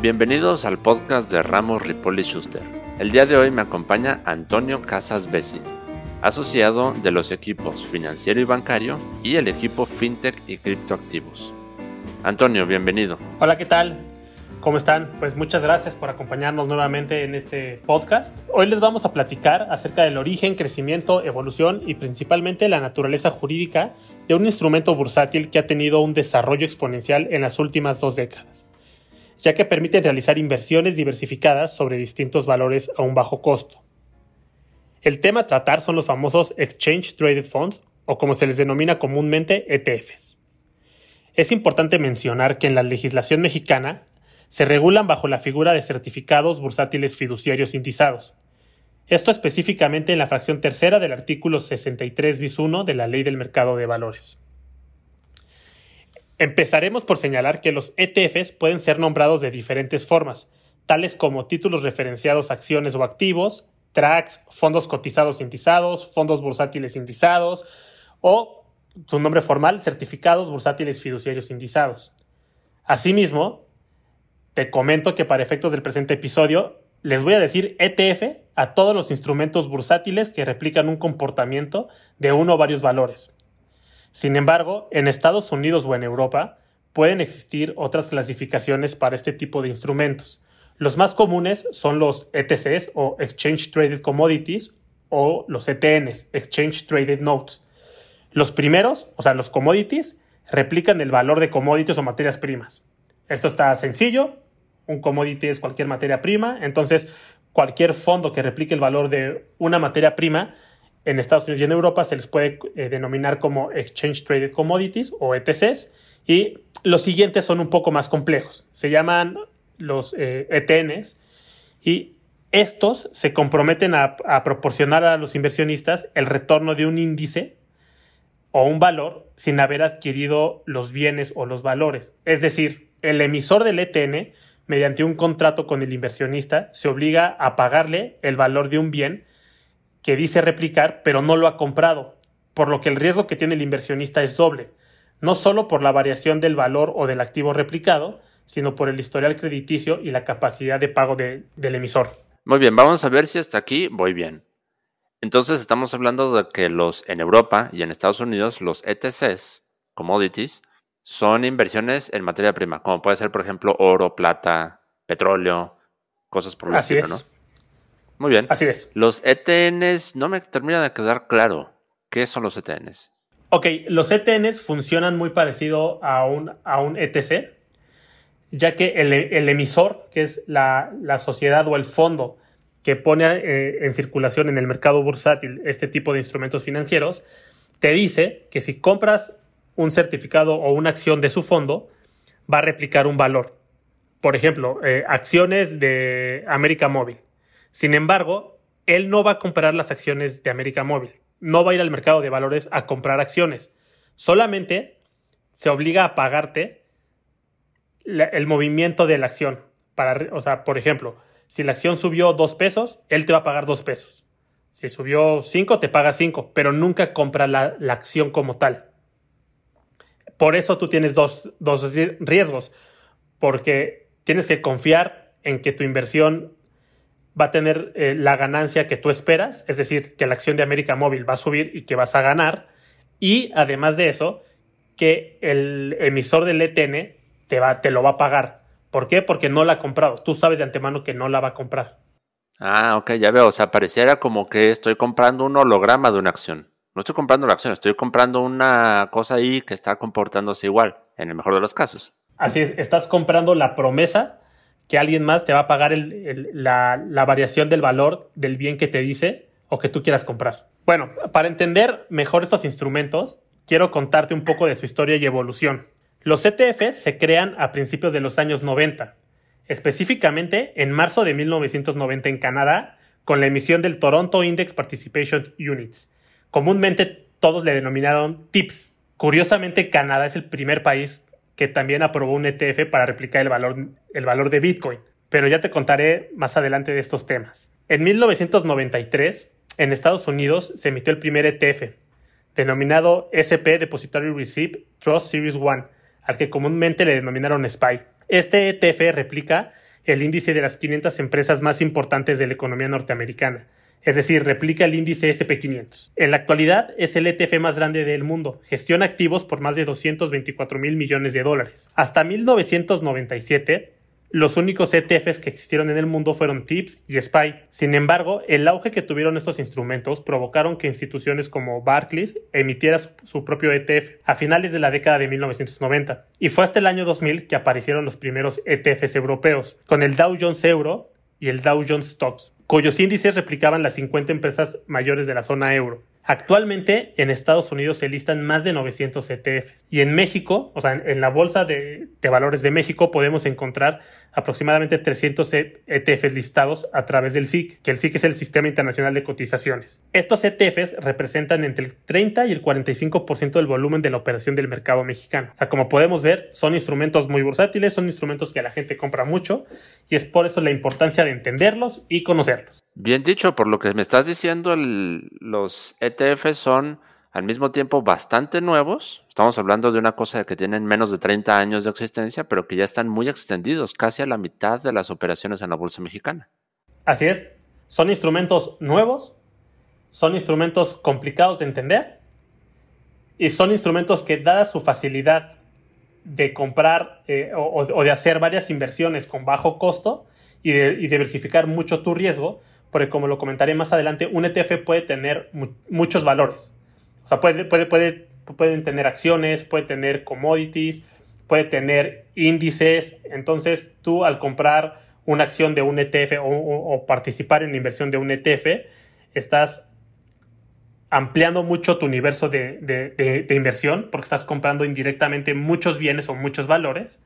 Bienvenidos al podcast de Ramos Ripoli Schuster. El día de hoy me acompaña Antonio Casas Bessi, asociado de los equipos financiero y bancario y el equipo fintech y criptoactivos. Antonio, bienvenido. Hola, ¿qué tal? ¿Cómo están? Pues muchas gracias por acompañarnos nuevamente en este podcast. Hoy les vamos a platicar acerca del origen, crecimiento, evolución y principalmente la naturaleza jurídica de un instrumento bursátil que ha tenido un desarrollo exponencial en las últimas 2 décadas, ya que permite realizar inversiones diversificadas sobre distintos valores a un bajo costo. El tema a tratar son los famosos Exchange Traded Funds, o como se les denomina comúnmente, ETFs. Es importante mencionar que en la legislación mexicana se regulan bajo la figura de certificados bursátiles fiduciarios indizados. Esto específicamente en la fracción tercera del artículo 63 bis 1 de la Ley del Mercado de Valores. Empezaremos por señalar que los ETFs pueden ser nombrados de diferentes formas, tales como títulos referenciados a acciones o activos, TRACs, fondos cotizados indizados, fondos bursátiles indizados o, su nombre formal, certificados bursátiles fiduciarios indizados. Asimismo, te comento que para efectos del presente episodio les voy a decir ETF a todos los instrumentos bursátiles que replican un comportamiento de uno o varios valores. Sin embargo, en Estados Unidos o en Europa pueden existir otras clasificaciones para este tipo de instrumentos. Los más comunes son los ETCs o Exchange Traded Commodities o los ETNs, Exchange Traded Notes. Los primeros, o sea, los commodities, replican el valor de commodities o materias primas. Esto está sencillo. Un commodity es cualquier materia prima, entonces cualquier fondo que replique el valor de una materia prima en Estados Unidos y en Europa se les puede denominar como Exchange Traded Commodities o ETCs, y los siguientes son un poco más complejos, se llaman los ETNs, y estos se comprometen a proporcionar a los inversionistas el retorno de un índice o un valor sin haber adquirido los bienes o los valores. Es decir, el emisor del ETN, mediante un contrato con el inversionista, se obliga a pagarle el valor de un bien que dice replicar, pero no lo ha comprado, por lo que el riesgo que tiene el inversionista es doble, no solo por la variación del valor o del activo replicado, sino por el historial crediticio y la capacidad de pago del emisor. Muy bien, vamos a ver si hasta aquí voy bien. Entonces estamos hablando de que en Europa y en Estados Unidos los ETCs, commodities, son inversiones en materia prima, como puede ser, por ejemplo, oro, plata, petróleo, cosas por el estilo, ¿no? Muy bien. Así es. Los ETNs no me termina de quedar claro. ¿Qué son los ETNs? Ok, los ETNs funcionan muy parecido a un ETC, ya que el emisor, que es la sociedad o el fondo que pone en circulación en el mercado bursátil este tipo de instrumentos financieros, te dice que si compras un certificado o una acción de su fondo, va a replicar un valor. Por ejemplo, acciones de América Móvil. Sin embargo, él no va a comprar las acciones de América Móvil. No va a ir al mercado de valores a comprar acciones. Solamente se obliga a pagarte el movimiento de la acción. Por ejemplo, si la acción subió 2 pesos, él te va a pagar 2 pesos. Si subió 5, te paga 5, pero nunca compra la acción como tal. Por eso tú tienes dos riesgos, porque tienes que confiar en que tu inversión va a tener la ganancia que tú esperas, es decir, que la acción de América Móvil va a subir y que vas a ganar, y además de eso, que el emisor del ETN te lo va a pagar. ¿Por qué? Porque no la ha comprado. Tú sabes de antemano que no la va a comprar. Ah, ok, ya veo. O sea, pareciera como que estoy comprando un holograma de una acción. No estoy comprando la acción, estoy comprando una cosa ahí que está comportándose igual, en el mejor de los casos. Así es, estás comprando la promesa que alguien más te va a pagar la variación del valor del bien que te dice o que tú quieras comprar. Bueno, para entender mejor estos instrumentos, quiero contarte un poco de su historia y evolución. Los ETFs se crean a principios de los años 90, específicamente en marzo de 1990 en Canadá, con la emisión del Toronto Index Participation Units. Comúnmente todos le denominaron TIPS. Curiosamente, Canadá es el primer país que también aprobó un ETF para replicar el valor de Bitcoin. Pero ya te contaré más adelante de estos temas. En 1993, en Estados Unidos, se emitió el primer ETF, denominado SP Depository Receipt Trust Series 1, al que comúnmente le denominaron SPY. Este ETF replica el índice de las 500 empresas más importantes de la economía norteamericana. Es decir, replica el índice S&P 500. En la actualidad es el ETF más grande del mundo. Gestiona activos por más de $224,000 millones. Hasta 1997, los únicos ETFs que existieron en el mundo fueron TIPS y SPY. Sin embargo, el auge que tuvieron estos instrumentos provocaron que instituciones como Barclays emitiera su propio ETF a finales de la década de 1990. Y fue hasta el año 2000 que aparecieron los primeros ETFs europeos, con el Dow Jones Euro y el Dow Jones Stocks, cuyos índices replicaban las 50 empresas mayores de la zona euro. Actualmente, en Estados Unidos se listan más de 900 ETFs. Y en México, o sea, en la Bolsa de Valores de México, podemos encontrar aproximadamente 300 ETFs listados a través del SIC, que el SIC es el Sistema Internacional de Cotizaciones. Estos ETFs representan entre el 30 y el 45% del volumen de la operación del mercado mexicano. O sea, como podemos ver, son instrumentos muy bursátiles, son instrumentos que la gente compra mucho, y es por eso la importancia de entenderlos y conocerlos. Bien dicho, por lo que me estás diciendo, los ETFs son al mismo tiempo bastante nuevos. Estamos hablando de una cosa que tienen menos de 30 años de existencia, pero que ya están muy extendidos, casi a la mitad de las operaciones en la bolsa mexicana. Así es, son instrumentos nuevos, son instrumentos complicados de entender y son instrumentos que, dada su facilidad de comprar o de hacer varias inversiones con bajo costo y diversificar mucho tu riesgo, porque como lo comentaré más adelante, un ETF puede tener muchos valores. O sea, pueden tener acciones, puede tener commodities, puede tener índices. Entonces, tú al comprar una acción de un ETF o participar en la inversión de un ETF, estás ampliando mucho tu universo de inversión, porque estás comprando indirectamente muchos bienes o muchos valores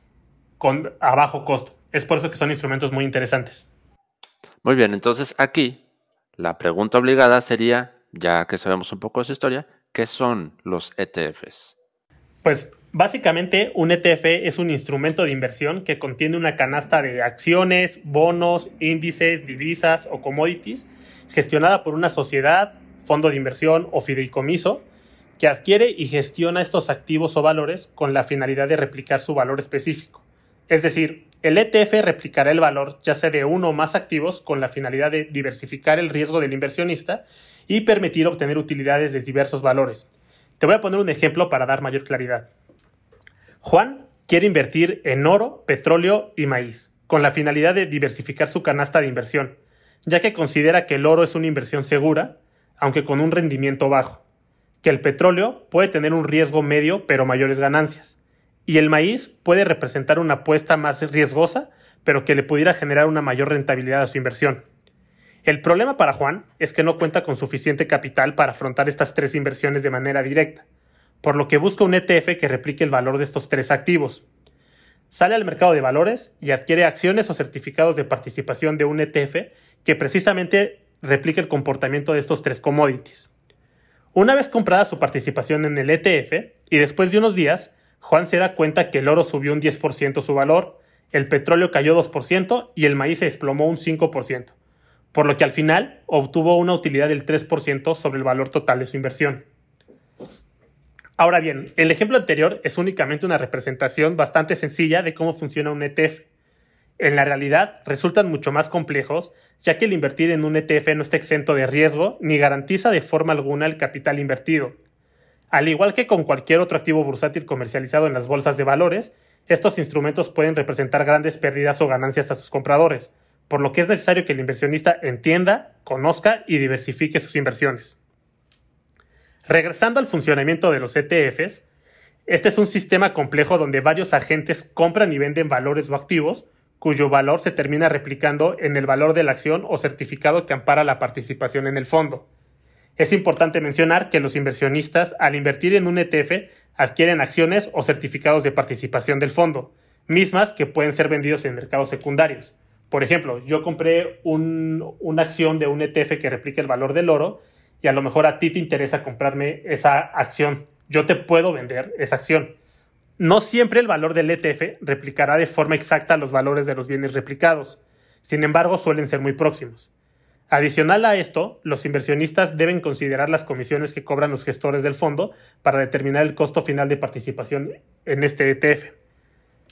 a bajo costo. Es por eso que son instrumentos muy interesantes. Muy bien, entonces aquí la pregunta obligada sería, ya que sabemos un poco de su historia, ¿qué son los ETFs? Pues básicamente un ETF es un instrumento de inversión que contiene una canasta de acciones, bonos, índices, divisas o commodities gestionada por una sociedad, fondo de inversión o fideicomiso que adquiere y gestiona estos activos o valores con la finalidad de replicar su valor específico. Es decir, el ETF replicará el valor ya sea de uno o más activos con la finalidad de diversificar el riesgo del inversionista y permitir obtener utilidades de diversos valores. Te voy a poner un ejemplo para dar mayor claridad. Juan quiere invertir en oro, petróleo y maíz, con la finalidad de diversificar su canasta de inversión, ya que considera que el oro es una inversión segura, aunque con un rendimiento bajo, que el petróleo puede tener un riesgo medio pero mayores ganancias, y el maíz puede representar una apuesta más riesgosa, pero que le pudiera generar una mayor rentabilidad a su inversión. El problema para Juan es que no cuenta con suficiente capital para afrontar estas tres inversiones de manera directa, por lo que busca un ETF que replique el valor de estos tres activos. Sale al mercado de valores y adquiere acciones o certificados de participación de un ETF que precisamente replique el comportamiento de estos tres commodities. Una vez comprada su participación en el ETF, y después de unos días, Juan se da cuenta que el oro subió un 10% su valor, el petróleo cayó 2% y el maíz se desplomó un 5%, por lo que al final obtuvo una utilidad del 3% sobre el valor total de su inversión. Ahora bien, el ejemplo anterior es únicamente una representación bastante sencilla de cómo funciona un ETF. En la realidad resultan mucho más complejos, ya que el invertir en un ETF no está exento de riesgo ni garantiza de forma alguna el capital invertido. Al igual que con cualquier otro activo bursátil comercializado en las bolsas de valores, estos instrumentos pueden representar grandes pérdidas o ganancias a sus compradores, por lo que es necesario que el inversionista entienda, conozca y diversifique sus inversiones. Regresando al funcionamiento de los ETFs, este es un sistema complejo donde varios agentes compran y venden valores o activos, cuyo valor se termina replicando en el valor de la acción o certificado que ampara la participación en el fondo. Es importante mencionar que los inversionistas, al invertir en un ETF, adquieren acciones o certificados de participación del fondo, mismas que pueden ser vendidos en mercados secundarios. Por ejemplo, yo compré una acción de un ETF que replica el valor del oro y a lo mejor a ti te interesa comprarme esa acción. Yo te puedo vender esa acción. No siempre el valor del ETF replicará de forma exacta los valores de los bienes replicados. Sin embargo, suelen ser muy próximos. Adicional a esto, los inversionistas deben considerar las comisiones que cobran los gestores del fondo para determinar el costo final de participación en este ETF.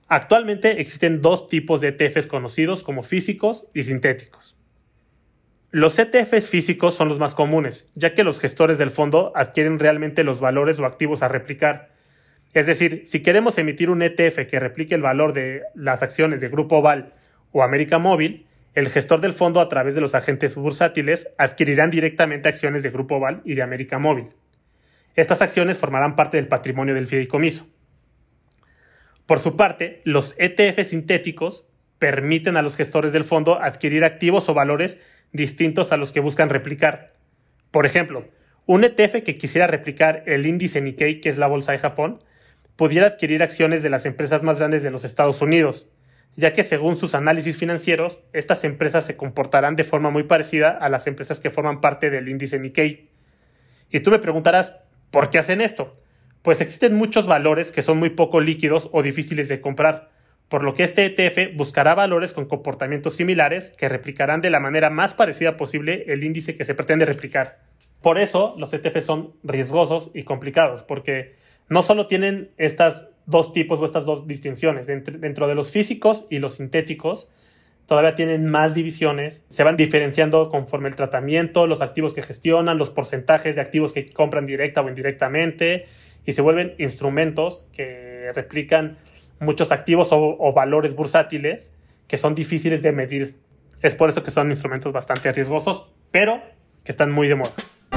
Actualmente existen dos tipos de ETFs conocidos como físicos y sintéticos. Los ETFs físicos son los más comunes, ya que los gestores del fondo adquieren realmente los valores o activos a replicar. Es decir, si queremos emitir un ETF que replique el valor de las acciones de Grupo Oval o América Móvil, el gestor del fondo a través de los agentes bursátiles adquirirán directamente acciones de Grupo Oval y de América Móvil. Estas acciones formarán parte del patrimonio del fideicomiso. Por su parte, los ETFs sintéticos permiten a los gestores del fondo adquirir activos o valores distintos a los que buscan replicar. Por ejemplo, un ETF que quisiera replicar el índice Nikkei, que es la bolsa de Japón, pudiera adquirir acciones de las empresas más grandes de los Estados Unidos, ya que según sus análisis financieros, estas empresas se comportarán de forma muy parecida a las empresas que forman parte del índice Nikkei. Y tú me preguntarás, ¿por qué hacen esto? Pues existen muchos valores que son muy poco líquidos o difíciles de comprar, por lo que este ETF buscará valores con comportamientos similares que replicarán de la manera más parecida posible el índice que se pretende replicar. Por eso, los ETFs son riesgosos y complicados, porque no solo tienen estas dos tipos o estas dos distinciones. Dentro de los físicos y los sintéticos, todavía tienen más divisiones. Se van diferenciando conforme el tratamiento, los activos que gestionan, los porcentajes de activos que compran directa o indirectamente, y se vuelven instrumentos que replican muchos activos o valores bursátiles que son difíciles de medir. Es por eso que son instrumentos bastante riesgosos, pero que están muy de moda.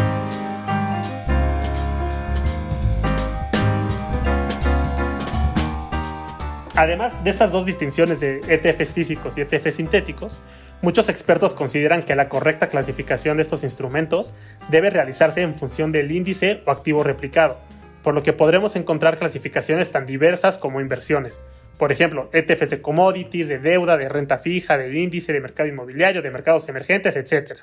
Además de estas dos distinciones de ETFs físicos y ETFs sintéticos, muchos expertos consideran que la correcta clasificación de estos instrumentos debe realizarse en función del índice o activo replicado, por lo que podremos encontrar clasificaciones tan diversas como inversiones. Por ejemplo, ETFs de commodities, de deuda, de renta fija, de índice, de mercado inmobiliario, de mercados emergentes, etc.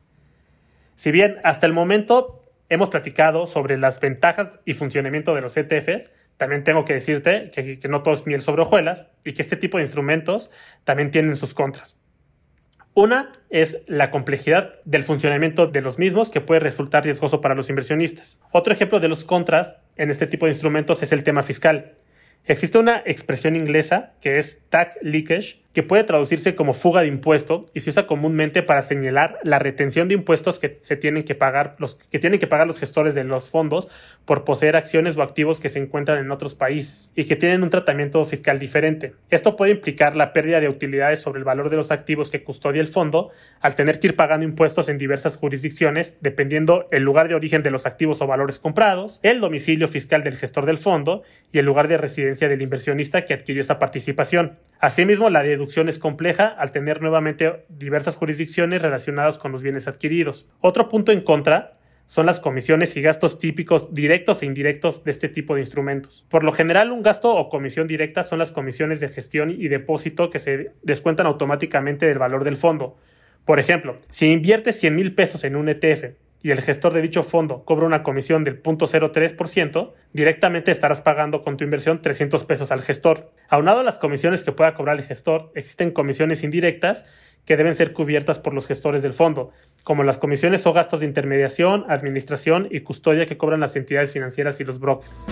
Si bien hasta el momento hemos platicado sobre las ventajas y funcionamiento de los ETFs, también tengo que decirte que no todo es miel sobre hojuelas y que este tipo de instrumentos también tienen sus contras. Una es la complejidad del funcionamiento de los mismos, que puede resultar riesgoso para los inversionistas. Otro ejemplo de los contras en este tipo de instrumentos es el tema fiscal. Existe una expresión inglesa que es tax leakage, que puede traducirse como fuga de impuesto y se usa comúnmente para señalar la retención de impuestos que tienen que pagar los gestores de los fondos por poseer acciones o activos que se encuentran en otros países y que tienen un tratamiento fiscal diferente. Esto puede implicar la pérdida de utilidades sobre el valor de los activos que custodia el fondo al tener que ir pagando impuestos en diversas jurisdicciones dependiendo el lugar de origen de los activos o valores comprados, el domicilio fiscal del gestor del fondo y el lugar de residencia del inversionista que adquirió esa participación. Asimismo, la deducción es compleja al tener nuevamente diversas jurisdicciones relacionadas con los bienes adquiridos. Otro punto en contra son las comisiones y gastos típicos directos e indirectos de este tipo de instrumentos. Por lo general, un gasto o comisión directa son las comisiones de gestión y depósito que se descuentan automáticamente del valor del fondo. Por ejemplo, si inviertes 100,000 pesos en un ETF y el gestor de dicho fondo cobra una comisión del 0.03%, directamente estarás pagando con tu inversión 300 pesos al gestor. Aunado a las comisiones que pueda cobrar el gestor, existen comisiones indirectas que deben ser cubiertas por los gestores del fondo, como las comisiones o gastos de intermediación, administración y custodia que cobran las entidades financieras y los brokers.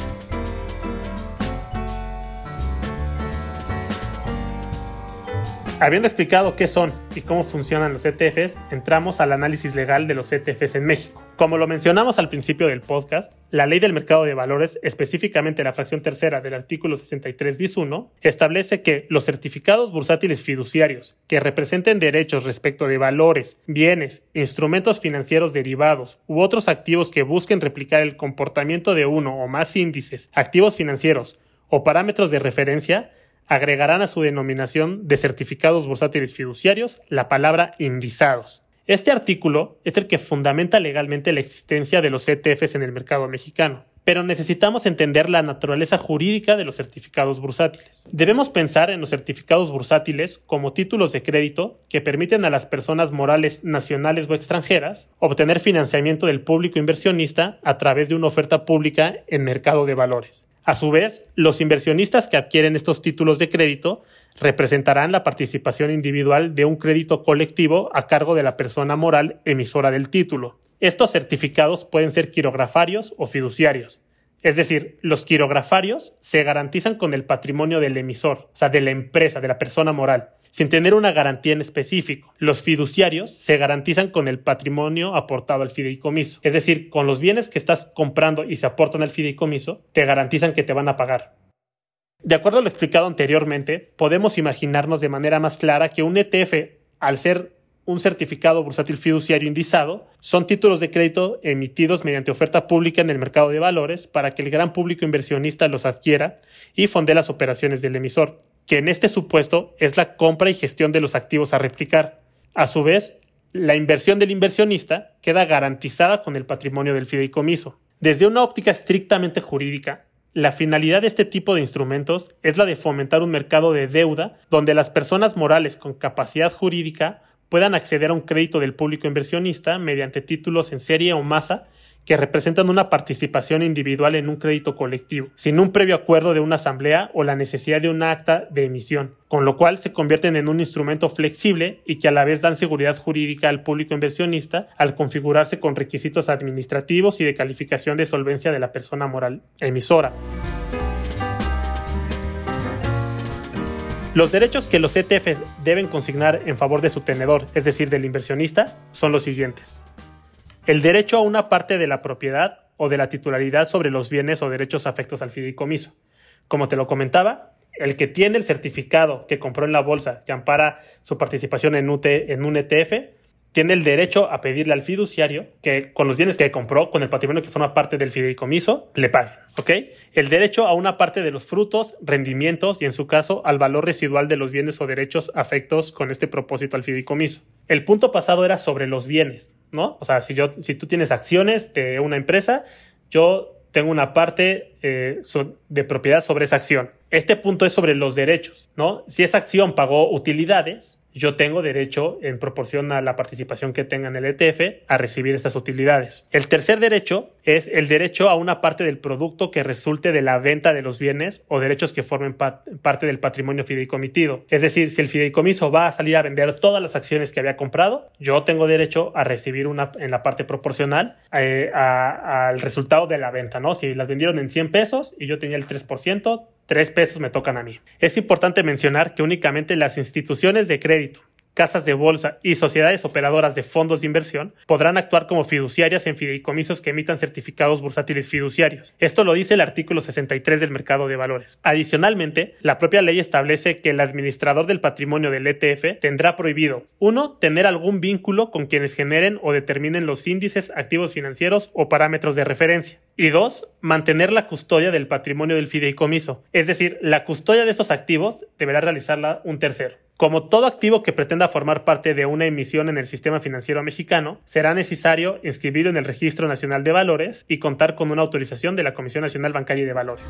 Habiendo explicado qué son y cómo funcionan los ETFs, entramos al análisis legal de los ETFs en México. Como lo mencionamos al principio del podcast, la Ley del Mercado de Valores, específicamente la fracción tercera del artículo 63 bis 1, establece que los certificados bursátiles fiduciarios que representen derechos respecto de valores, bienes, instrumentos financieros derivados u otros activos que busquen replicar el comportamiento de uno o más índices, activos financieros o parámetros de referencia, agregarán a su denominación de certificados bursátiles fiduciarios la palabra indizados. Este artículo es el que fundamenta legalmente la existencia de los ETFs en el mercado mexicano, pero necesitamos entender la naturaleza jurídica de los certificados bursátiles. Debemos pensar en los certificados bursátiles como títulos de crédito que permiten a las personas morales nacionales o extranjeras obtener financiamiento del público inversionista a través de una oferta pública en mercado de valores. A su vez, los inversionistas que adquieren estos títulos de crédito representarán la participación individual de un crédito colectivo a cargo de la persona moral emisora del título. Estos certificados pueden ser quirografarios o fiduciarios, Es decir, los quirografarios se garantizan con el patrimonio del emisor, o sea, de la empresa, de la persona moral, sin tener una garantía en específico. Los fiduciarios se garantizan con el patrimonio aportado al fideicomiso. Es decir, con los bienes que estás comprando y se aportan al fideicomiso, te garantizan que te van a pagar. De acuerdo a lo explicado anteriormente, podemos imaginarnos de manera más clara que un ETF, al ser un certificado bursátil fiduciario indizado, son títulos de crédito emitidos mediante oferta pública en el mercado de valores para que el gran público inversionista los adquiera y fonde las operaciones del emisor, que en este supuesto es la compra y gestión de los activos a replicar. A su vez, la inversión del inversionista queda garantizada con el patrimonio del fideicomiso. Desde una óptica estrictamente jurídica, la finalidad de este tipo de instrumentos es la de fomentar un mercado de deuda donde las personas morales con capacidad jurídica puedan acceder a un crédito del público inversionista mediante títulos en serie o masa que representan una participación individual en un crédito colectivo, sin un previo acuerdo de una asamblea o la necesidad de un acta de emisión, con lo cual se convierten en un instrumento flexible y que a la vez dan seguridad jurídica al público inversionista al configurarse con requisitos administrativos y de calificación de solvencia de la persona moral emisora. Los derechos que los ETFs deben consignar en favor de su tenedor, es decir, del inversionista, son los siguientes. El derecho a una parte de la propiedad o de la titularidad sobre los bienes o derechos afectos al fideicomiso. Como te lo comentaba, el que tiene el certificado que compró en la bolsa que ampara su participación en un ETF, tiene el derecho a pedirle al fiduciario que con los bienes que compró, con el patrimonio que forma parte del fideicomiso, le paguen, ¿ok? El derecho a una parte de los frutos, rendimientos y, en su caso, al valor residual de los bienes o derechos afectos con este propósito al fideicomiso. El punto pasado era sobre los bienes, ¿no? O sea, si tú tienes acciones de una empresa, yo tengo una parte de propiedad sobre esa acción. Este punto es sobre los derechos, ¿no? Si esa acción pagó utilidades, yo tengo derecho, en proporción a la participación que tenga en el ETF, a recibir estas utilidades. El tercer derecho es el derecho a una parte del producto que resulte de la venta de los bienes o derechos que formen parte del patrimonio fideicomitido. Es decir, si el fideicomiso va a salir a vender todas las acciones que había comprado, yo tengo derecho a recibir en la parte proporcional al resultado de la venta, ¿no? Si las vendieron en 100 pesos y yo tenía el 3%, 3 pesos me tocan a mí. Es importante mencionar que únicamente las instituciones de crédito, casas de bolsa y sociedades operadoras de fondos de inversión podrán actuar como fiduciarias en fideicomisos que emitan certificados bursátiles fiduciarios. Esto lo dice el artículo 63 del mercado de valores. Adicionalmente, la propia ley establece que el administrador del patrimonio del ETF tendrá prohibido: 1. Tener algún vínculo con quienes generen o determinen los índices, activos financieros o parámetros de referencia. Y 2. Mantener la custodia del patrimonio del fideicomiso. Es decir, la custodia de estos activos deberá realizarla un tercero. Como todo activo que pretenda formar parte de una emisión en el sistema financiero mexicano, será necesario inscribirlo en el Registro Nacional de Valores y contar con una autorización de la Comisión Nacional Bancaria y de Valores.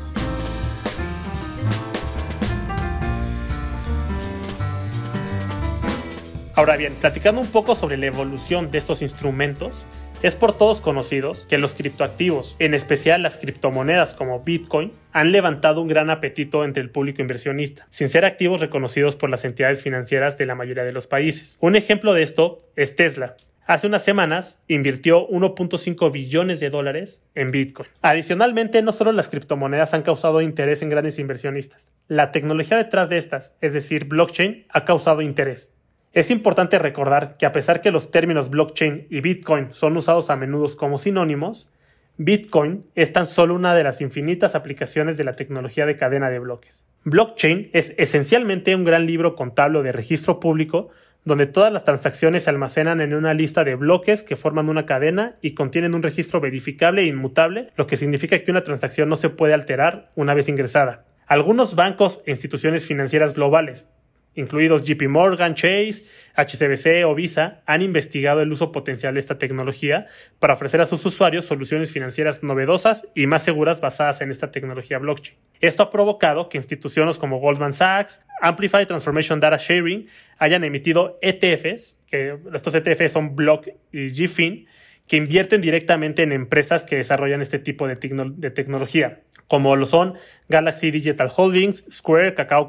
Ahora bien, platicando un poco sobre la evolución de estos instrumentos, es por todos conocidos que los criptoactivos, en especial las criptomonedas como Bitcoin, han levantado un gran apetito entre el público inversionista, sin ser activos reconocidos por las entidades financieras de la mayoría de los países. Un ejemplo de esto es Tesla. Hace unas semanas invirtió $1.5 billones en Bitcoin. Adicionalmente, no solo las criptomonedas han causado interés en grandes inversionistas. La tecnología detrás de estas, es decir, blockchain, ha causado interés. Es importante recordar que a pesar que los términos blockchain y Bitcoin son usados a menudo como sinónimos, Bitcoin es tan solo una de las infinitas aplicaciones de la tecnología de cadena de bloques. Blockchain es esencialmente un gran libro contable de registro público donde todas las transacciones se almacenan en una lista de bloques que forman una cadena y contienen un registro verificable e inmutable, lo que significa que una transacción no se puede alterar una vez ingresada. Algunos bancos e instituciones financieras globales, incluidos JP Morgan, Chase, HSBC o Visa, han investigado el uso potencial de esta tecnología para ofrecer a sus usuarios soluciones financieras novedosas y más seguras basadas en esta tecnología blockchain. Esto ha provocado que instituciones como Goldman Sachs, Amplify Transformation Data Sharing hayan emitido ETFs, que estos ETFs son Block y GFIN, que invierten directamente en empresas que desarrollan este tipo de tecnología, como lo son Galaxy Digital Holdings, Square, Kakao Corp.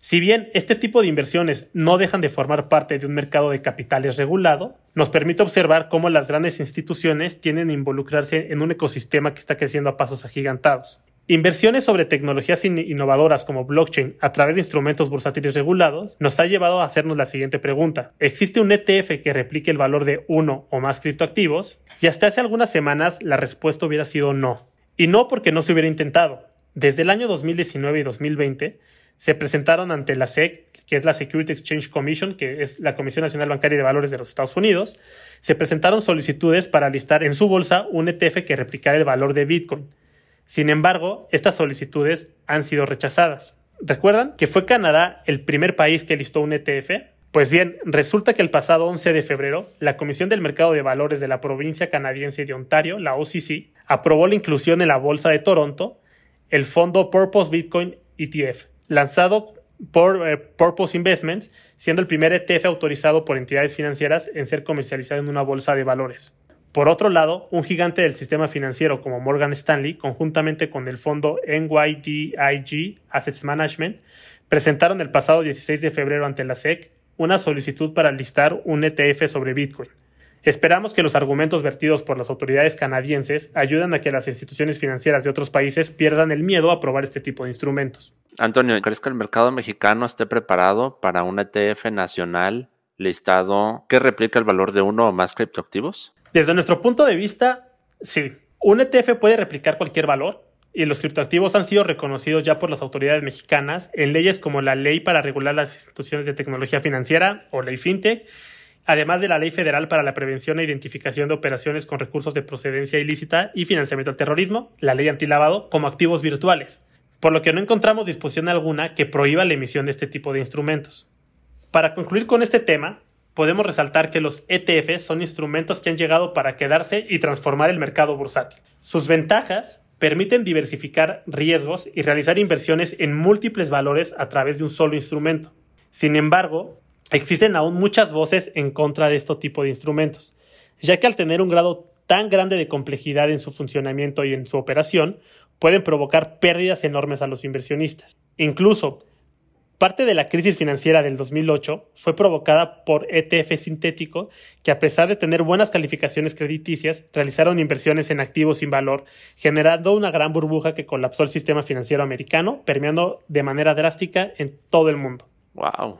Si bien este tipo de inversiones no dejan de formar parte de un mercado de capitales regulado, nos permite observar cómo las grandes instituciones tienden a involucrarse en un ecosistema que está creciendo a pasos agigantados. Inversiones sobre tecnologías innovadoras como blockchain a través de instrumentos bursátiles regulados nos ha llevado a hacernos la siguiente pregunta. ¿Existe un ETF que replique el valor de uno o más criptoactivos? Y hasta hace algunas semanas la respuesta hubiera sido no. Y no porque no se hubiera intentado. Desde el año 2019 y 2020 se presentaron ante la SEC, que es la Security Exchange Commission, que es la Comisión Nacional Bancaria de Valores de los Estados Unidos, se presentaron solicitudes para listar en su bolsa un ETF que replicara el valor de Bitcoin. Sin embargo, estas solicitudes han sido rechazadas. ¿Recuerdan que fue Canadá el primer país que listó un ETF? Pues bien, resulta que el pasado 11 de febrero, la Comisión del Mercado de Valores de la provincia canadiense de Ontario, la OCC, aprobó la inclusión en la Bolsa de Toronto el fondo Purpose Bitcoin ETF, lanzado por Purpose Investments, siendo el primer ETF autorizado por entidades financieras en ser comercializado en una bolsa de valores. Por otro lado, un gigante del sistema financiero como Morgan Stanley, conjuntamente con el fondo NYDIG Assets Management, presentaron el pasado 16 de febrero ante la SEC una solicitud para listar un ETF sobre Bitcoin. Esperamos que los argumentos vertidos por las autoridades canadienses ayuden a que las instituciones financieras de otros países pierdan el miedo a aprobar este tipo de instrumentos. Antonio, ¿crees que el mercado mexicano esté preparado para un ETF nacional listado que replique el valor de uno o más criptoactivos? Desde nuestro punto de vista, sí. Un ETF puede replicar cualquier valor y los criptoactivos han sido reconocidos ya por las autoridades mexicanas en leyes como la Ley para regular las instituciones de tecnología financiera o Ley FinTech, además de la Ley Federal para la Prevención e Identificación de Operaciones con Recursos de Procedencia Ilícita y Financiamiento al Terrorismo, la Ley Antilavado, como activos virtuales, por lo que no encontramos disposición alguna que prohíba la emisión de este tipo de instrumentos. Para concluir con este tema, podemos resaltar que los ETFs son instrumentos que han llegado para quedarse y transformar el mercado bursátil. Sus ventajas permiten diversificar riesgos y realizar inversiones en múltiples valores a través de un solo instrumento. Sin embargo, existen aún muchas voces en contra de este tipo de instrumentos, ya que al tener un grado tan grande de complejidad en su funcionamiento y en su operación, pueden provocar pérdidas enormes a los inversionistas. Incluso, parte de la crisis financiera del 2008 fue provocada por ETF sintéticos que, a pesar de tener buenas calificaciones crediticias, realizaron inversiones en activos sin valor, generando una gran burbuja que colapsó el sistema financiero americano, permeando de manera drástica en todo el mundo. Wow.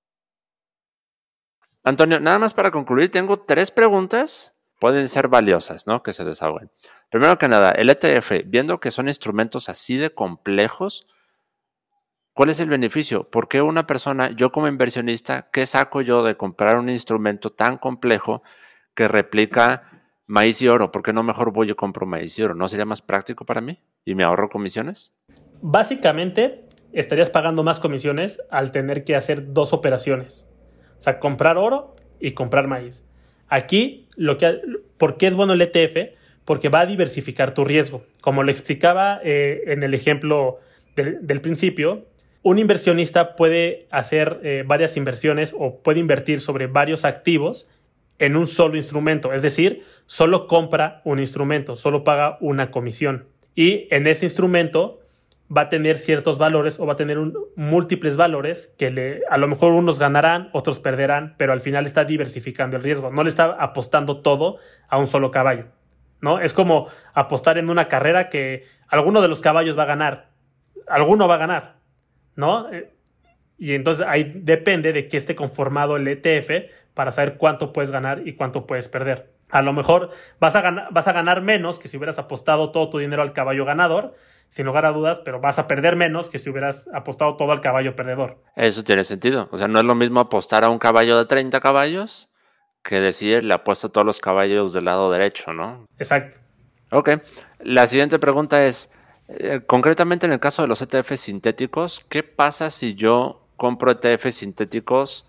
Antonio, nada más para concluir, tengo 3 preguntas. Pueden ser valiosas, ¿no? Que se desahoguen. Primero que nada, el ETF, viendo que son instrumentos así de complejos, ¿cuál es el beneficio? ¿Por qué una persona, yo como inversionista, qué saco yo de comprar un instrumento tan complejo que replica maíz y oro? ¿Por qué no mejor voy y compro maíz y oro? ¿No sería más práctico para mí? ¿Y me ahorro comisiones? Básicamente, estarías pagando más comisiones al tener que hacer 2 operaciones. O sea, comprar oro y comprar maíz. Aquí, ¿por qué es bueno el ETF? Porque va a diversificar tu riesgo. Como lo explicaba en el ejemplo del principio, un inversionista puede hacer varias inversiones o puede invertir sobre varios activos en un solo instrumento. Es decir, solo compra un instrumento, solo paga una comisión. Y en ese instrumento va a tener ciertos valores o va a tener múltiples valores que a lo mejor unos ganarán, otros perderán, pero al final está diversificando el riesgo. No le está apostando todo a un solo caballo, ¿no? Es como apostar en una carrera que alguno de los caballos va a ganar, alguno va a ganar, ¿no? Y entonces ahí depende de que esté conformado el ETF para saber cuánto puedes ganar y cuánto puedes perder. A lo mejor vas a ganar menos que si hubieras apostado todo tu dinero al caballo ganador, sin lugar a dudas, pero vas a perder menos que si hubieras apostado todo al caballo perdedor. Eso tiene sentido. O sea, no es lo mismo apostar a un caballo de 30 caballos que decir le apuesto a todos los caballos del lado derecho, ¿no? Exacto. Ok. La siguiente pregunta es, concretamente en el caso de los ETFs sintéticos, ¿qué pasa si yo compro ETFs sintéticos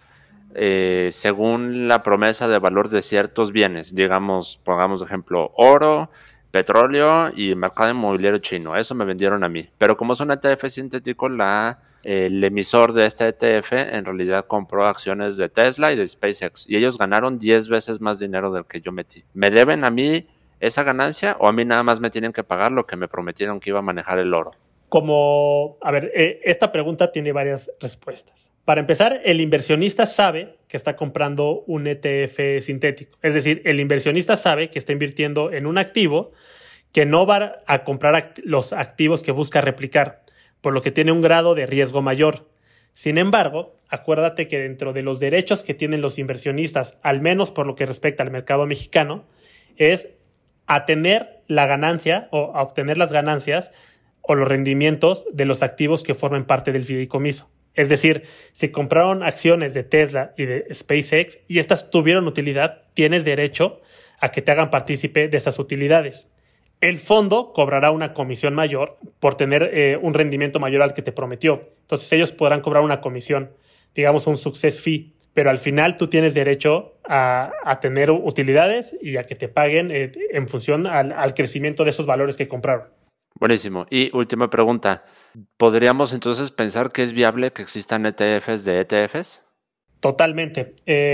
según la promesa de valor de ciertos bienes? Digamos, pongamos de ejemplo, oro, petróleo y mercado inmobiliario chino. Eso me vendieron a mí. Pero como son ETFs sintéticos, el emisor de este ETF en realidad compró acciones de Tesla y de SpaceX. Y ellos ganaron 10 veces más dinero del que yo metí. ¿Me deben a mí esa ganancia o a mí nada más me tienen que pagar lo que me prometieron que iba a manejar el oro? Esta pregunta tiene varias respuestas. Para empezar, el inversionista sabe que está comprando un ETF sintético. Es decir, el inversionista sabe que está invirtiendo en un activo que no va a comprar los activos que busca replicar, por lo que tiene un grado de riesgo mayor. Sin embargo, acuérdate que dentro de los derechos que tienen los inversionistas, al menos por lo que respecta al mercado mexicano, es a tener la ganancia o a obtener las ganancias o los rendimientos de los activos que formen parte del fideicomiso. Es decir, si compraron acciones de Tesla y de SpaceX y estas tuvieron utilidad, tienes derecho a que te hagan partícipe de esas utilidades. El fondo cobrará una comisión mayor por tener un rendimiento mayor al que te prometió. Entonces ellos podrán cobrar una comisión, digamos un success fee, pero al final tú tienes derecho a tener utilidades y a que te paguen en función al crecimiento de esos valores que compraron. Buenísimo. Y última pregunta. ¿Podríamos entonces pensar que es viable que existan ETFs de ETFs? Totalmente.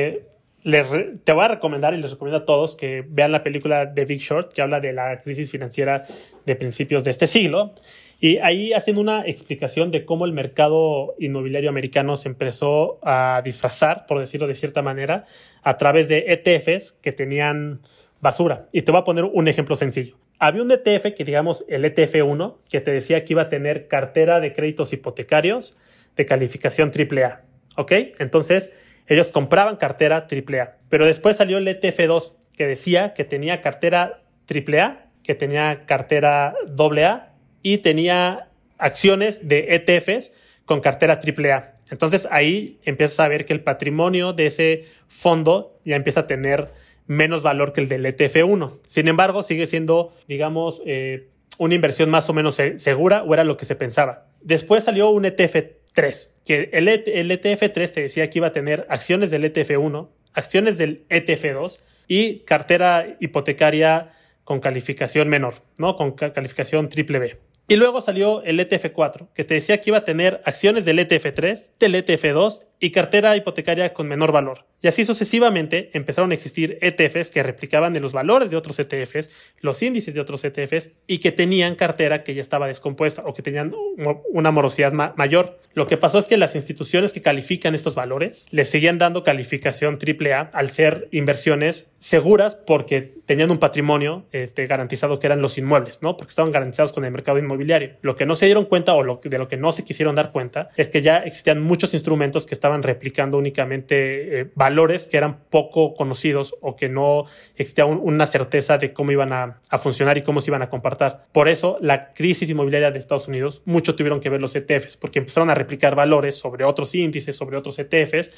Te voy a recomendar y les recomiendo a todos que vean la película The Big Short, que habla de la crisis financiera de principios de este siglo. Y ahí hacen una explicación de cómo el mercado inmobiliario americano se empezó a disfrazar, por decirlo de cierta manera, a través de ETFs que tenían basura. Y te voy a poner un ejemplo sencillo. Había un ETF, que digamos el ETF1, que te decía que iba a tener cartera de créditos hipotecarios de calificación AAA. ¿Ok? Entonces, ellos compraban cartera AAA. Pero después salió el ETF2, que decía que tenía cartera AAA, que tenía cartera AA y tenía acciones de ETFs con cartera AAA. Entonces, ahí empiezas a ver que el patrimonio de ese fondo ya empieza a tener menos valor que el del ETF1. Sin embargo, sigue siendo, digamos, una inversión más o menos segura, o era lo que se pensaba. Después salió un ETF3, que el ETF3 te decía que iba a tener acciones del ETF1, acciones del ETF2 y cartera hipotecaria con calificación menor, ¿no? Con calificación BBB. Y luego salió el ETF4, que te decía que iba a tener acciones del ETF3, del ETF2 y cartera hipotecaria con menor valor. Y así sucesivamente empezaron a existir ETFs que replicaban de los valores de otros ETFs, los índices de otros ETFs y que tenían cartera que ya estaba descompuesta o que tenían una morosidad mayor. Lo que pasó es que las instituciones que califican estos valores les seguían dando calificación AAA al ser inversiones seguras porque tenían un patrimonio garantizado que eran los inmuebles, ¿no? Porque estaban garantizados con el mercado inmobiliario. Lo que no se dieron cuenta de lo que no se quisieron dar cuenta es que ya existían muchos instrumentos que estaban replicando únicamente valores que eran poco conocidos o que no existía una certeza de cómo iban a funcionar y cómo se iban a comportar. Por eso, la crisis inmobiliaria de Estados Unidos, mucho tuvieron que ver los ETFs, porque empezaron a replicar valores sobre otros índices, sobre otros ETFs,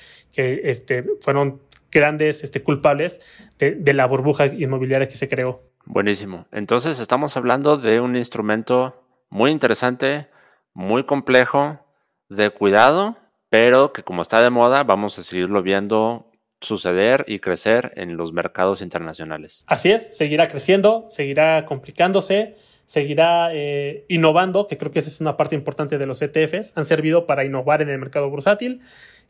que fueron grandes culpables de la burbuja inmobiliaria que se creó. Buenísimo. Entonces, estamos hablando de un instrumento muy interesante, muy complejo, de cuidado, pero que como está de moda, vamos a seguirlo viendo suceder y crecer en los mercados internacionales. Así es, seguirá creciendo, seguirá complicándose, seguirá innovando, que creo que esa es una parte importante de los ETFs. Han servido para innovar en el mercado bursátil.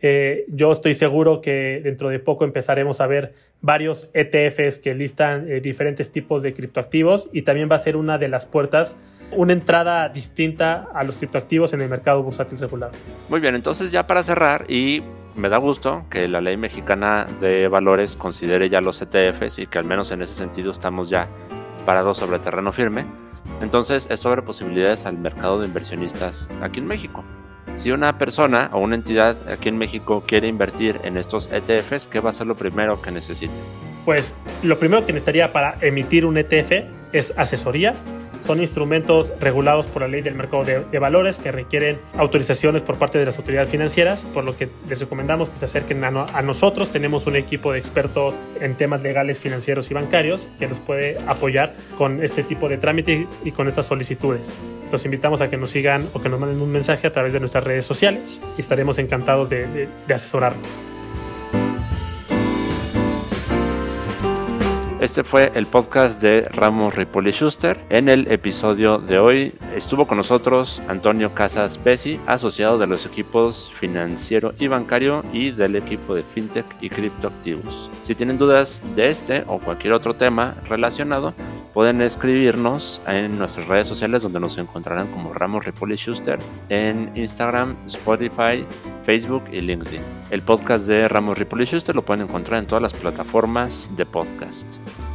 Yo estoy seguro que dentro de poco empezaremos a ver varios ETFs que listan diferentes tipos de criptoactivos y también va a ser una de las puertas, una entrada distinta a los criptoactivos en el mercado bursátil regulado. Muy bien, entonces ya para cerrar, y me da gusto que la ley mexicana de valores considere ya los ETFs y que al menos en ese sentido estamos ya parados sobre terreno firme. Entonces esto abre posibilidades al mercado de inversionistas aquí en México. Si una persona o una entidad aquí en México quiere invertir en estos ETFs, ¿qué va a ser lo primero que necesite? Pues lo primero que necesitaría para emitir un ETF es asesoría. Son instrumentos regulados por la ley del mercado de valores que requieren autorizaciones por parte de las autoridades financieras, por lo que les recomendamos que se acerquen a nosotros. Tenemos un equipo de expertos en temas legales, financieros y bancarios que nos puede apoyar con este tipo de trámites y con estas solicitudes. Los invitamos a que nos sigan o que nos manden un mensaje a través de nuestras redes sociales y estaremos encantados de asesorarlos. Este fue el podcast de Ramos Ripoli Schuster. En el episodio de hoy estuvo con nosotros Antonio Casas Bessi, asociado de los equipos financiero y bancario y del equipo de FinTech y criptoactivos. Si tienen dudas de este o cualquier otro tema relacionado, pueden escribirnos en nuestras redes sociales, donde nos encontrarán como Ramos Ripoll y Schuster en Instagram, Spotify, Facebook y LinkedIn. El podcast de Ramos Ripoll y Schuster lo pueden encontrar en todas las plataformas de podcast.